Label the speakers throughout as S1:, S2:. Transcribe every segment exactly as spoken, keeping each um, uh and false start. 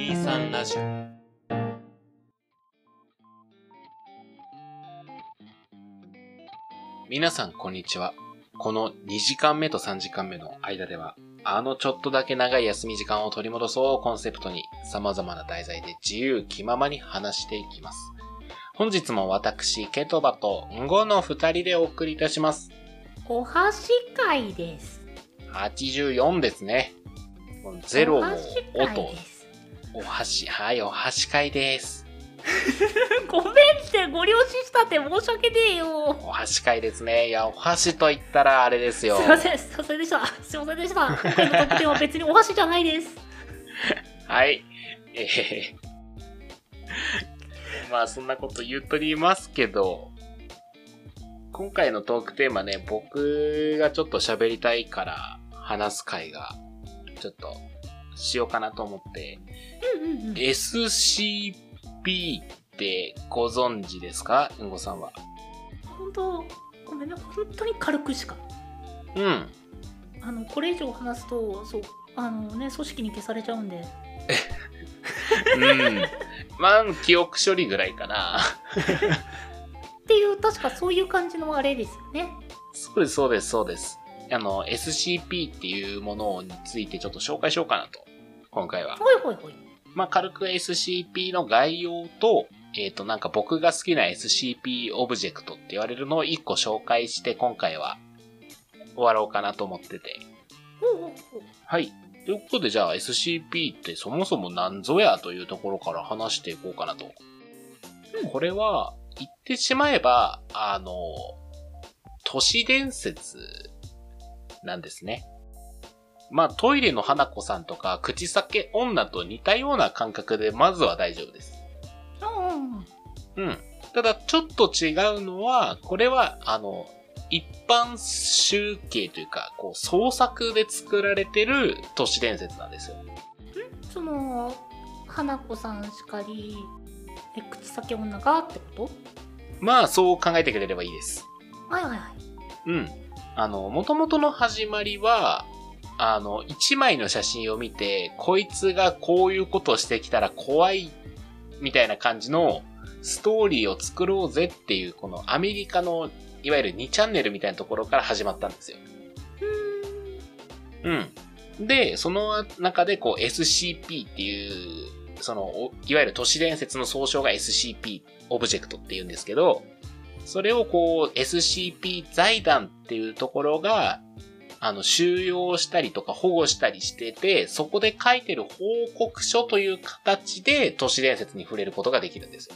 S1: にじゅうさんラジオ。皆さんこんにちは。このにじかんめとさんじかんめの間では、あのちょっとだけ長い休み時間を取り戻そうをコンセプトに様々な題材で自由気ままに話していきます。本日も私、ケトバとンゴのふたりでお送りいたします。
S2: お箸会です。
S1: はちじゅうよんですね。ゼロも
S2: お
S1: 音。お箸、はい、お箸会です。
S2: ごめんってご了承したって申し訳ねえよ。
S1: お箸会ですね。いや、お箸と言ったらあれですよ。
S2: すいません、すいませんでした。すいませんでした。今回のトップテンは別にお箸じゃないです。
S1: はい。えー、まあそんなこと言うとりますけど、今回のトークテーマね、僕がちょっと喋りたいから話す回がちょっとしようかなと思って、
S2: うんうんうん、
S1: エスシーピー ってご存知ですか、うんごさんは。
S2: 本当ごめんね、本当に軽くしか。
S1: うん。
S2: あのこれ以上話すと、そうあのね組織に消されちゃうんで。
S1: うん。まあ記憶処理ぐらいかな。
S2: っていう確かそういう感じのあれですよね。
S1: そうですそうですそうです。あの エスシーピー っていうものについてちょっと紹介しようかなと今回は。
S2: ほいほいほい。
S1: まあ軽く エスシーピー の概要と、えっとなんか僕が好きな エスシーピー オブジェクトって言われるのをいっこ紹介して今回は終わろうかなと思ってて。
S2: ほうほうほう。
S1: はい。ということでじゃあ エスシーピー ってそもそも何ぞやというところから話していこうかなと。うん、これは言ってしまえば、あの、都市伝説なんですね。まあトイレの花子さんとか口裂け女と似たような感覚でまずは大丈夫です。
S2: うん。
S1: うん。ただちょっと違うのは、これはあの、一般集計というか、こう創作で作られてる都市伝説なんですよ。ん？
S2: その花子さんしかり、え口裂け女がってこと？
S1: まあそう考えてくれればいいです。
S2: はいはいはい。
S1: うん。あの、元々の始まりは、あの、一枚の写真を見て、こいつがこういうことをしてきたら怖い、みたいな感じのストーリーを作ろうぜっていう、このアメリカの、いわゆるにチャンネルみたいなところから始まったんですよ。うん。で、その中でこう エスシーピー っていう、その、いわゆる都市伝説の総称が エスシーピー オブジェクトっていうんですけど、それをこう エスシーピー 財団っていうところが、あの、収容したりとか保護したりしてて、そこで書いてる報告書という形で都市伝説に触れることができるんですよ。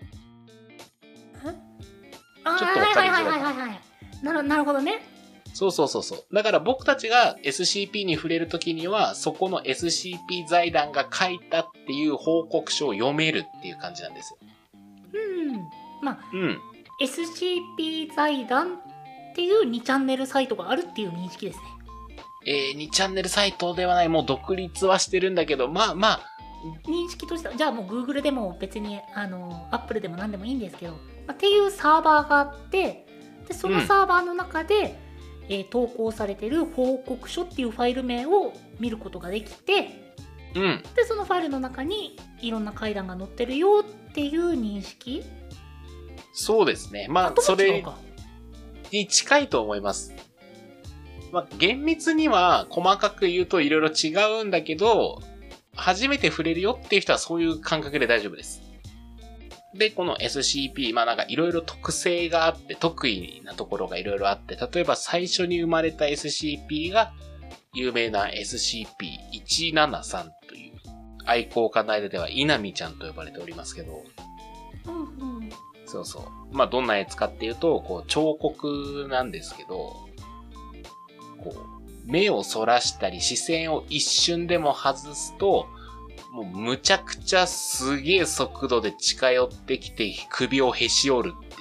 S2: ちょっとわかりづらい。はいはいはいはいはい。なる、なるほどね。
S1: そうそうそうそう。だから僕たちが エスシーピー に触れるときには、そこの エスシーピー 財団が書いたっていう報告書を読めるっていう感じなんですよ。
S2: うん。まあ、
S1: うん。
S2: エスシーピー 財団っていうにチャンネルサイトがあるっていう認識ですね。
S1: えー、にチャンネルサイトではない、もう独立はしてるんだけど、まあまあ。
S2: 認識としては、じゃあもう Google でも別に、あの、Apple でも何でもいいんですけど、まあ、っていうサーバーがあって、で、そのサーバーの中で、うん、えー、投稿されてる報告書っていうファイル名を見ることができて、
S1: うん。
S2: で、そのファイルの中にいろんな階段が載ってるよっていう認識？
S1: そうですね。まあ、それに近いと思います。まあ、厳密には細かく言うといろいろ違うんだけど、初めて触れるよっていう人はそういう感覚で大丈夫です。で、この エスシーピー、まあなんかいろいろ特性があって、得意なところがいろいろあって、例えば最初に生まれた エスシーピー が有名な エスシーピーいちななさん という愛好家の間では稲見ちゃんと呼ばれておりますけど、
S2: うんうん、
S1: そうそう。まあどんなやつかっていうと、こう彫刻なんですけど、こう目をそらしたり視線を一瞬でも外すと、もうむちゃくちゃすげえ速度で近寄ってきて首をへし折るっていう。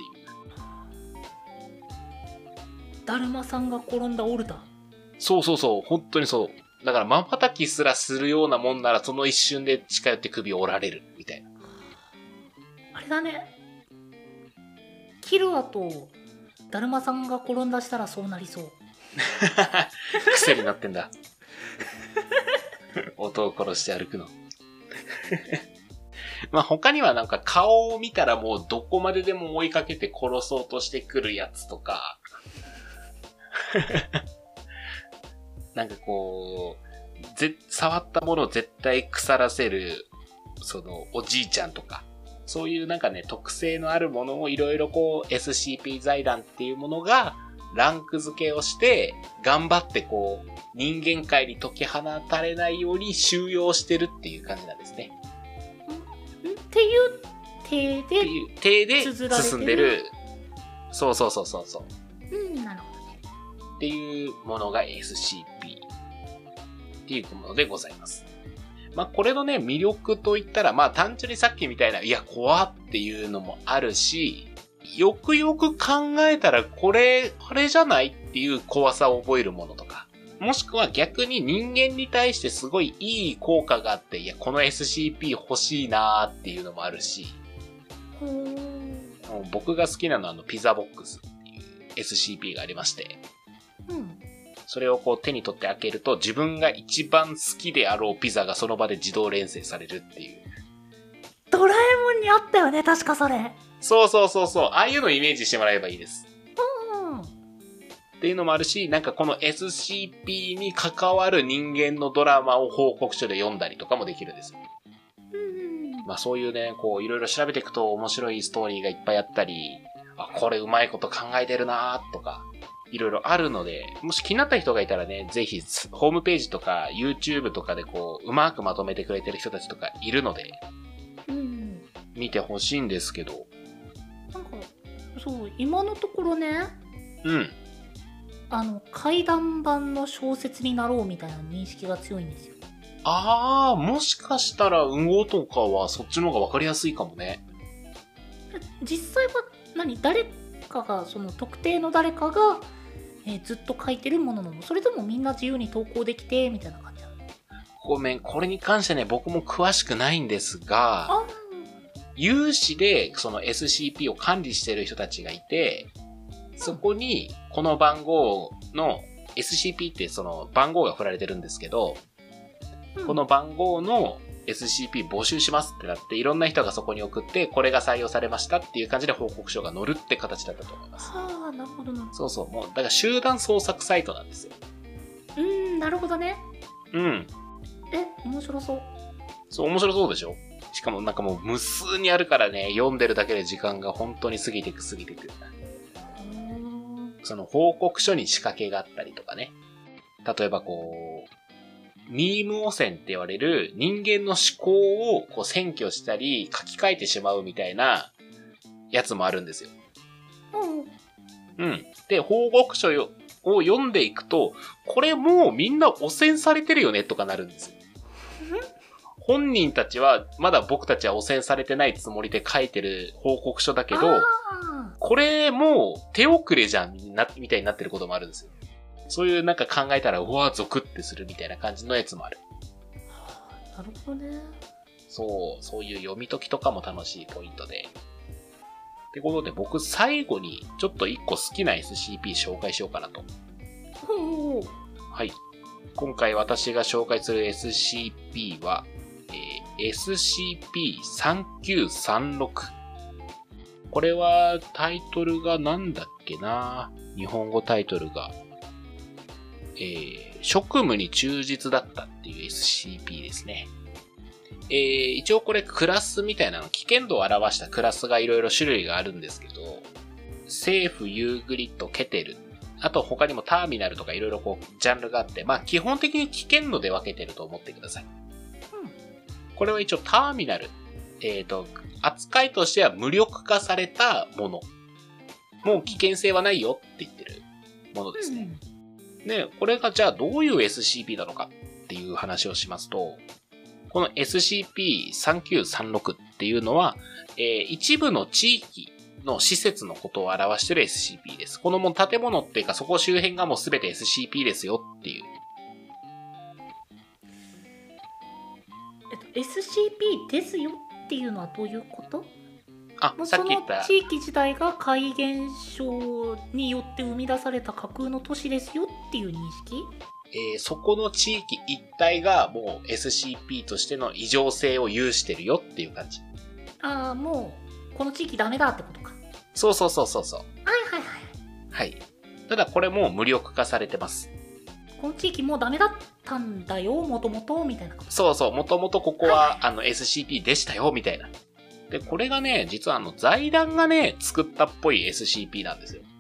S2: だるまさんが転んだオルタ。
S1: そうそうそう、本当にそう。だから瞬きすらするようなもんならその一瞬で近寄って首を折られるみたいな。
S2: あれだね。キルアとだるまさんが転んだしたらそうなりそう。
S1: 癖になってんだ。音を殺して歩くの。 まあ他にはなんか顔を見たらもうどこまででも追いかけて殺そうとしてくるやつとか、なんかこう、ぜ、触ったものを絶対腐らせる、そのおじいちゃんとか、そういうなんかね、特性のあるものをいろいろこう エスシーピー 財団っていうものがランク付けをして、頑張ってこう、人間界に解き放たれないように収容してるっていう感じなんですね。
S2: っていう体で、って
S1: いう体で進んでる。そうそうそうそうそう。
S2: うん、なるほどね。
S1: っていうものが エスシーピー っていうものでございます。まあこれのね、魅力といったら、まあ単純にさっきみたいな、いや、怖っていうのもあるし、よくよく考えたら、これ、これじゃないっていう怖さを覚えるものとか、もしくは逆に人間に対してすごいいい効果があって、いや、この エスシーピー 欲しいなーっていうのもあるし、僕が好きなのはあのピザボックスっていう エスシーピー がありまして、
S2: うん、
S1: それをこう手に取って開けると自分が一番好きであろうピザがその場で自動連成されるっていう。
S2: ドラえもんにあったよね、確かそれ。
S1: そうそうそうそう、ああいうのをイメージしてもらえばいいです。
S2: うん。
S1: っていうのもあるし、なんかこの エスシーピー に関わる人間のドラマを報告書で読んだりとかもできるんですよ。まあそういうね、こういろいろ調べていくと面白いストーリーがいっぱいあったり、あ、これうまいこと考えてるなーとか、いろいろあるので、もし気になった人がいたらね、ぜひホームページとか YouTube とかでこう、うまくまとめてくれてる人たちとかいるので、
S2: うん、
S1: 見てほしいんですけど。
S2: なんか、そう、今のところね、
S1: うん。
S2: あの、怪談版の小説になろうみたいな認識が強いんですよ。
S1: あー、もしかしたら、うんごとかはそっちの方が分かりやすいかもね。
S2: 実際は何、誰かが、その特定の誰かが、えー、ずっと書いてるものなの？それともみんな自由に投稿できて、みたいな感じなの？
S1: ごめん、これに関してね、僕も詳しくないんですが、
S2: あ
S1: 有志でその エスシーピー を管理している人たちがいて、そこにこの番号の エスシーピー ってその番号が振られてるんですけど、うん、この番号の エスシーピー 募集しますってなって、いろんな人がそこに送って、これが採用されましたっていう感じで報告書が載るって形だったと思います。
S2: はあ、なるほどな。
S1: そうそう、もうだから集団創作サイトなんですよ。
S2: うーん、なるほどね。
S1: うん。
S2: え、面白そう。
S1: そう、面白そうでしょ？しかもなんかもう無数にあるからね、読んでるだけで時間が本当に過ぎていく過ぎていく。その報告書に仕掛けがあったりとかね。例えばこう、ミーム汚染って言われる人間の思考をこう占拠したり書き換えてしまうみたいなやつもあるんですよ。うん。うん。で、報告書を読んでいくと、これもうみんな汚染されてるよねとかなるんですよ。本人たちは、まだ僕たちは汚染されてないつもりで書いてる報告書だけど、これもう手遅れじゃんな、みたいになってることもあるんですよ。そういうなんか考えたら、うわーゾクってするみたいな感じのやつもある。
S2: なるほどね。
S1: そう、そういう読み解きとかも楽しいポイントで。ってことで僕最後にちょっと一個好きな エスシーピー 紹介しようかなと。
S2: ほう。
S1: はい。今回私が紹介する エスシーピー は、えー、エスシーピーさんきゅうさんろく。これはタイトルがなんだっけな？日本語タイトルが、えー、職務に忠実だったっていう エスシーピー ですね。えー、一応これクラスみたいなの、危険度を表したクラスがいろいろ種類があるんですけど、セーフ、ユーグリッド、ケテル、あと他にもターミナルとかいろいろこうジャンルがあって、まあ基本的に危険度で分けてると思ってください。うん、これは一応ターミナル。えっと、扱いとしては無力化されたもの。もう危険性はないよって言ってるものですね。うん、で、これがじゃあどういう エスシーピー なのかっていう話をしますと、この エスシーピーさんきゅうさんろく っていうのは、えー、一部の地域の施設のことを表している エスシーピー です。このもう建物っていうかそこ周辺がもうすべて エスシーピー ですよっていう。
S2: えっと、エスシーピー ですよっていうのはどういうこと？
S1: あ、さっき言った。
S2: その地域自体が怪現象によって生み出された架空の都市ですよっていう認識？
S1: えー、そこの地域一帯がもう エスシーピー としての異常性を有してるよっていう感じ。
S2: ああ、もう、この地域ダメだってことか。
S1: そうそうそうそうそう。
S2: はいはいはい。
S1: はい。ただこれも無力化されてます。
S2: この地域もうダメだったんだよ、もともと、みたいなこと。
S1: そうそう、もともとここは、あの エスシーピー でしたよ、みたいな。で、これがね、実はあの財団がね、作ったっぽい エスシーピー なんですよ。ん？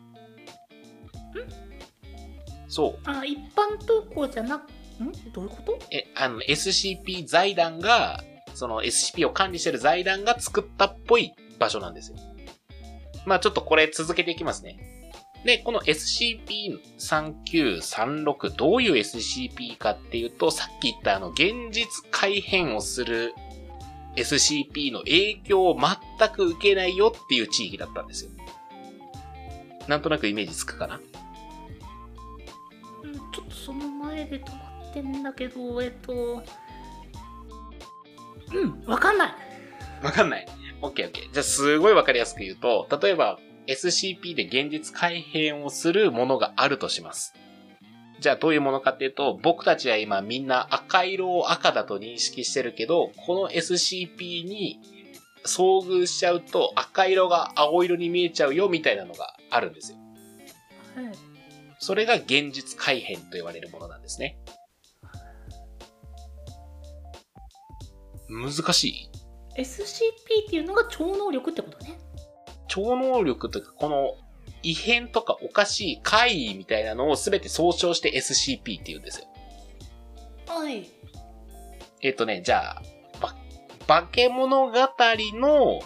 S1: そう。
S2: あ、一般投稿じゃなく、ん？どういうこと？
S1: え、あの エスシーピー 財団が、その エスシーピー を管理してる財団が作ったっぽい場所なんですよ。まあちょっとこれ続けていきますね。で、この エスシーピーさんきゅうさんろく、どういう エスシーピー かっていうと、さっき言ったあの、現実改変をする エスシーピー の影響を全く受けないよっていう地域だったんですよ。なんとなくイメージつくかな？
S2: うん、ちょっとその前で止まってんだけど、えっと、うん、わかんない。
S1: わかんない。オッケーオッケー。じゃあすごいわかりやすく言うと、例えば エスシーピー で現実改変をするものがあるとします。じゃあどういうものかっていうと、僕たちは今みんな赤色を赤だと認識してるけど、この エスシーピー に遭遇しちゃうと赤色が青色に見えちゃうよみたいなのがあるんですよ。
S2: はい。
S1: それが現実改変と言われるものなんですね。難しい？
S2: エスシーピー っていうのが超能力ってことね。
S1: 超能力というか、この異変とかおかしい怪異みたいなのをすべて総称して エスシーピー って言うんですよ。
S2: はい。
S1: えっとね、じゃあ、ば、化け物語の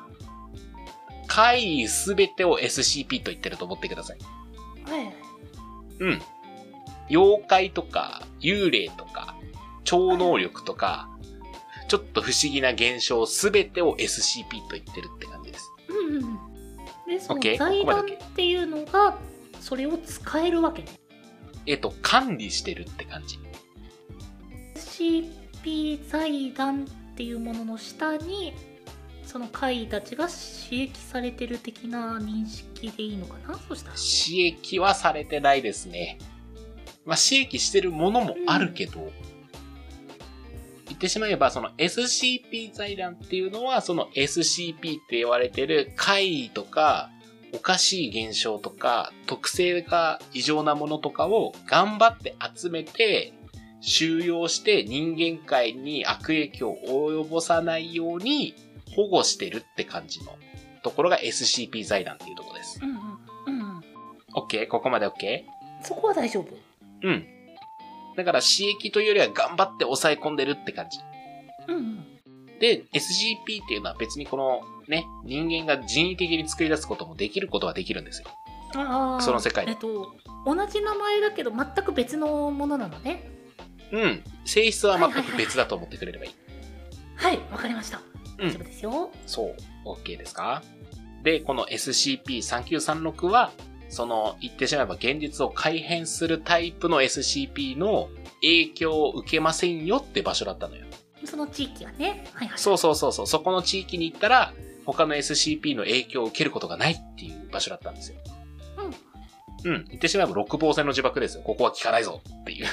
S1: 怪異すべてを エスシーピー と言ってると思ってください。
S2: はい。
S1: うん。妖怪とか、幽霊とか、超能力とか、ちょっと不思議な現象すべてを エスシーピー と言ってるって感じです。
S2: うんうん。で、その
S1: OK？
S2: 財団っていうのが、それを使えるわけね。
S1: えっと、管理してるって感じ。
S2: エスシーピー 財団っていうものの下に、その怪異たちが刺激されてる的な認識でいいのかな？そしたら。
S1: 刺激はされてないですね。まあ、刺激してるものもあるけど、うん、言ってしまえば、その エスシーピー 財団っていうのは、その エスシーピー って言われてる怪異とか、おかしい現象とか、特性が異常なものとかを頑張って集めて、収容して人間界に悪影響を及ぼさないように保護してるって感じのところが エスシーピー 財団っていうところです。
S2: うんうんうん。
S1: OK？ ここまで OK？
S2: そこは大丈夫。
S1: うん。だから刺激というよりは頑張って抑え込んでるって感じ。
S2: うんうん。
S1: で、エスシーピー っていうのは別にこのね、人間が人為的に作り出すこともできることはできるんですよ。
S2: ああ。
S1: その世界で。
S2: えっと、同じ名前だけど全く別のものなのね。
S1: うん。性質は全く別だと思ってくれればいい。
S2: はい、わ、はい、かりました。
S1: うん。
S2: 大丈夫ですよ。
S1: そう。OK ですか？で、この エスシーピーさんきゅうさんろく は、その、言ってしまえば現実を改変するタイプの エスシーピー の影響を受けませんよって場所だったのよ。そ
S2: の地域はね。はいはい。
S1: そうそうそうそう。そこの地域に行ったら、他の エスシーピー の影響を受けることがないっていう場所だったんですよ。うん。うん。言ってしまえば六芒星の呪縛ですよ。ここは効かないぞっていう。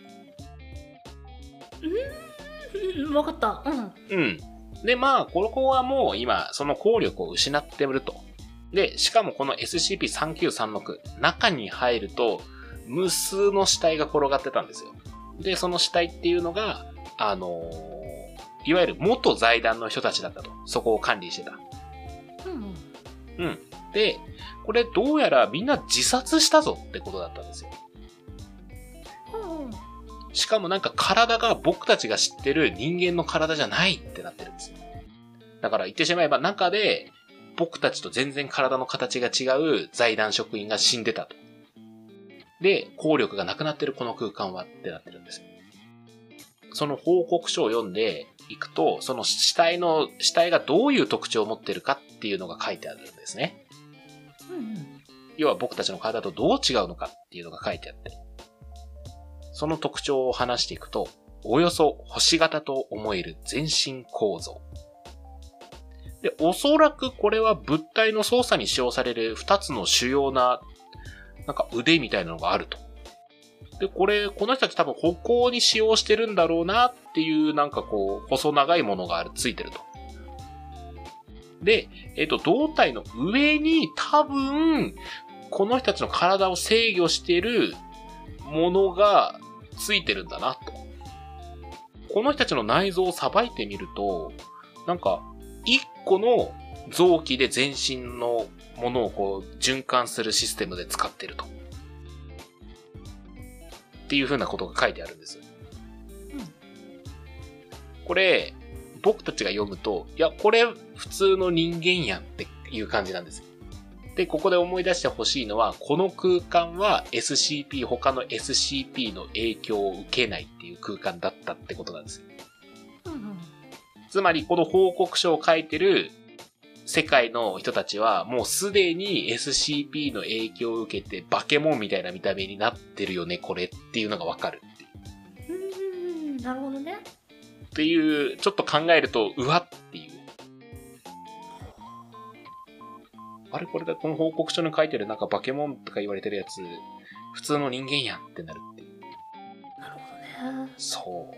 S2: うーん、わかった。うん。
S1: うん。で、まあ、ここはもう今、その効力を失ってると。で、しかもこの エスシーピーさんきゅうさんろく、中に入ると、無数の死体が転がってたんですよ。で、その死体っていうのが、あのー、いわゆる元財団の人たちだったと。そこを管理してた。
S2: うん
S1: うん。うん。で、これどうやらみんな自殺したぞってことだったんですよ。
S2: うんうん。
S1: しかもなんか体が僕たちが知ってる人間の体じゃないってなってるんですよ。だから言ってしまえば中で僕たちと全然体の形が違う財団職員が死んでたと。で、効力がなくなってるこの空間はってなってるんですよ。その報告書を読んでいくと、その死体の、死体がどういう特徴を持ってるかっていうのが書いてあるんですね。
S2: うんうん。
S1: 要は僕たちの体とどう違うのかっていうのが書いてあって。その特徴を話していくと、およそ星型と思える全身構造。で、おそらくこれは物体の操作に使用される二つの主要な、なんか腕みたいなのがあると。 で、これ、この人たち多分歩行に使用してるんだろうなっていう、なんかこう、細長いものがある、ついてると。で、えっと、胴体の上に多分、この人たちの体を制御してるものがついてるんだなと。この人たちの内臓をさばいてみると、なんか、一個の臓器で全身のものをこう、循環するシステムで使ってると。っていう風なことが書いてあるんですよ。うん、これ、僕たちが読むと、いや、これ普通の人間やんっていう感じなんですよ。で、ここで思い出してほしいのは、この空間は エスシーピー、他の エスシーピー の影響を受けないっていう空間だったってことなんですよ。うんうん、つまり、この報告書を書いてる世界の人たちは、もうすでに エスシーピー の影響を受けて、バケモンみたいな見た目になってるよね、これっていうのがわかるっていう。
S2: うーん、なるほどね。
S1: っていう、ちょっと考えると、うわっていう。あれこれだ、この報告書に書いてるなんかバケモンとか言われてるやつ、普通の人間やんってなるっていう。
S2: なるほどね。
S1: そう。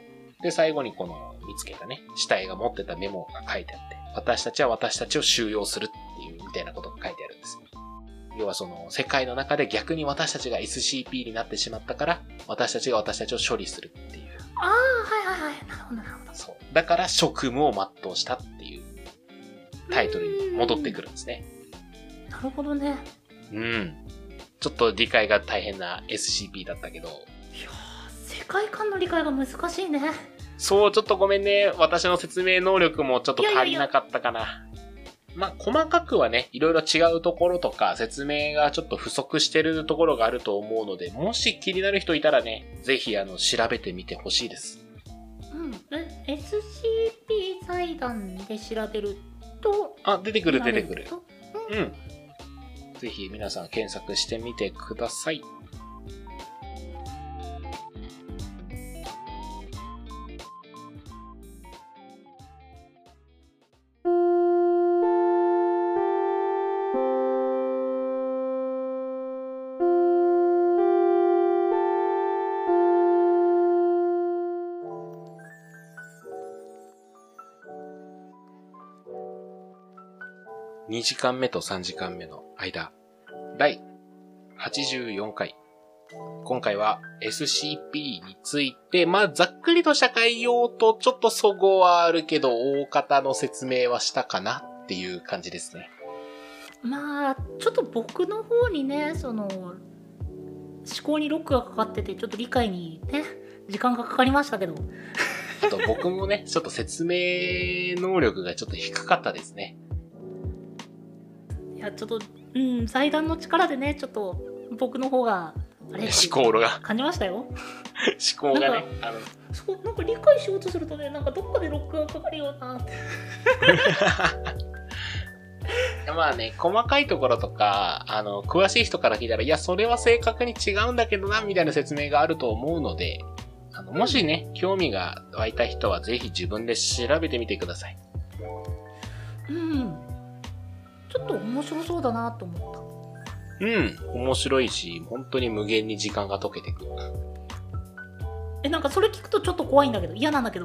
S1: で、最後にこの見つけたね、死体が持ってたメモが書いてあって、私たちは私たちを収容するっていうみたいなことが書いてあるんですよ。要はその世界の中で逆に私たちが エスシーピー になってしまったから、私たちが私たちを処理するっていう。
S2: ああ、はいはいはい。なるほどなるほど。
S1: そう。だから職務を全うしたっていうタイトルに戻ってくるんですね。
S2: なるほどね。
S1: うん。ちょっと理解が大変な エスシーピー だったけど。いや
S2: ー、世界観の理解が難しいね。
S1: そう、ちょっとごめんね。私の説明能力もちょっと足りなかったかな。いやいやいやまあ、細かくはね、いろいろ違うところとか、説明がちょっと不足してるところがあると思うので、もし気になる人いたらね、ぜひ、あの、調べてみてほしいです。
S2: うん。え、エスシーピー 財団で調べると、
S1: あ、出てくる出てくる。うん。ぜひ皆さん検索してみてください。にじかんめとさんじかんめの間、だいはちじゅうよんかい。今回は エスシーピー について、まあ、ざっくりとした概要とちょっと齟齬はあるけど、大方の説明はしたかなっていう感じですね。
S2: まあ、ちょっと僕の方にね、その、思考にロックがかかってて、ちょっと理解にね、時間がかかりましたけど。
S1: あと僕もね、ちょっと説明能力がちょっと低かったですね。
S2: いや、ちょっと、うん、財団の力でね、ちょっと僕の方が、あれ、
S1: 思考が。
S2: 感じましたよ。思
S1: 考がね。
S2: あのそう、なんか理解しようとするとね、なんかどっかでロックがかかるよなって。
S1: まあね、細かいところとか、あの、詳しい人から聞いたら、いや、それは正確に違うんだけどな、みたいな説明があると思うので、あの、もしね、興味が湧いた人はぜひ自分で調べてみてください。
S2: うん。ちょっと面白そうだなと思った。
S1: うん、面白いし、本当に無限に時間が解けてくる。
S2: え、なんかそれ聞くとちょっと怖いんだけど、嫌なんだけど。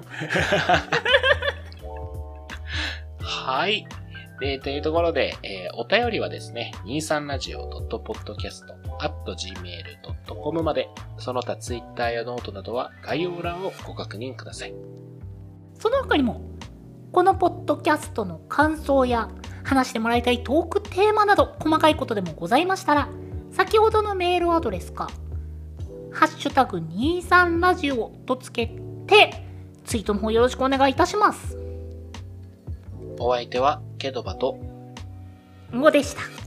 S1: はい。で、というところで、えー、お便りはですね、にじゅうさんラジオ ドットポッドキャスト アットジーメールドットコム まで、その他ツイッターやノートなどは概要欄をご確認ください。
S2: その他にも、このポッドキャストの感想や、話してもらいたいトークテーマなど細かいことでもございましたら、先ほどのメールアドレスかハッシュタグにじゅうさんラジオとつけてツイートの方よろしくお願いいたします。
S1: お相手はケドバと
S2: ゴでした。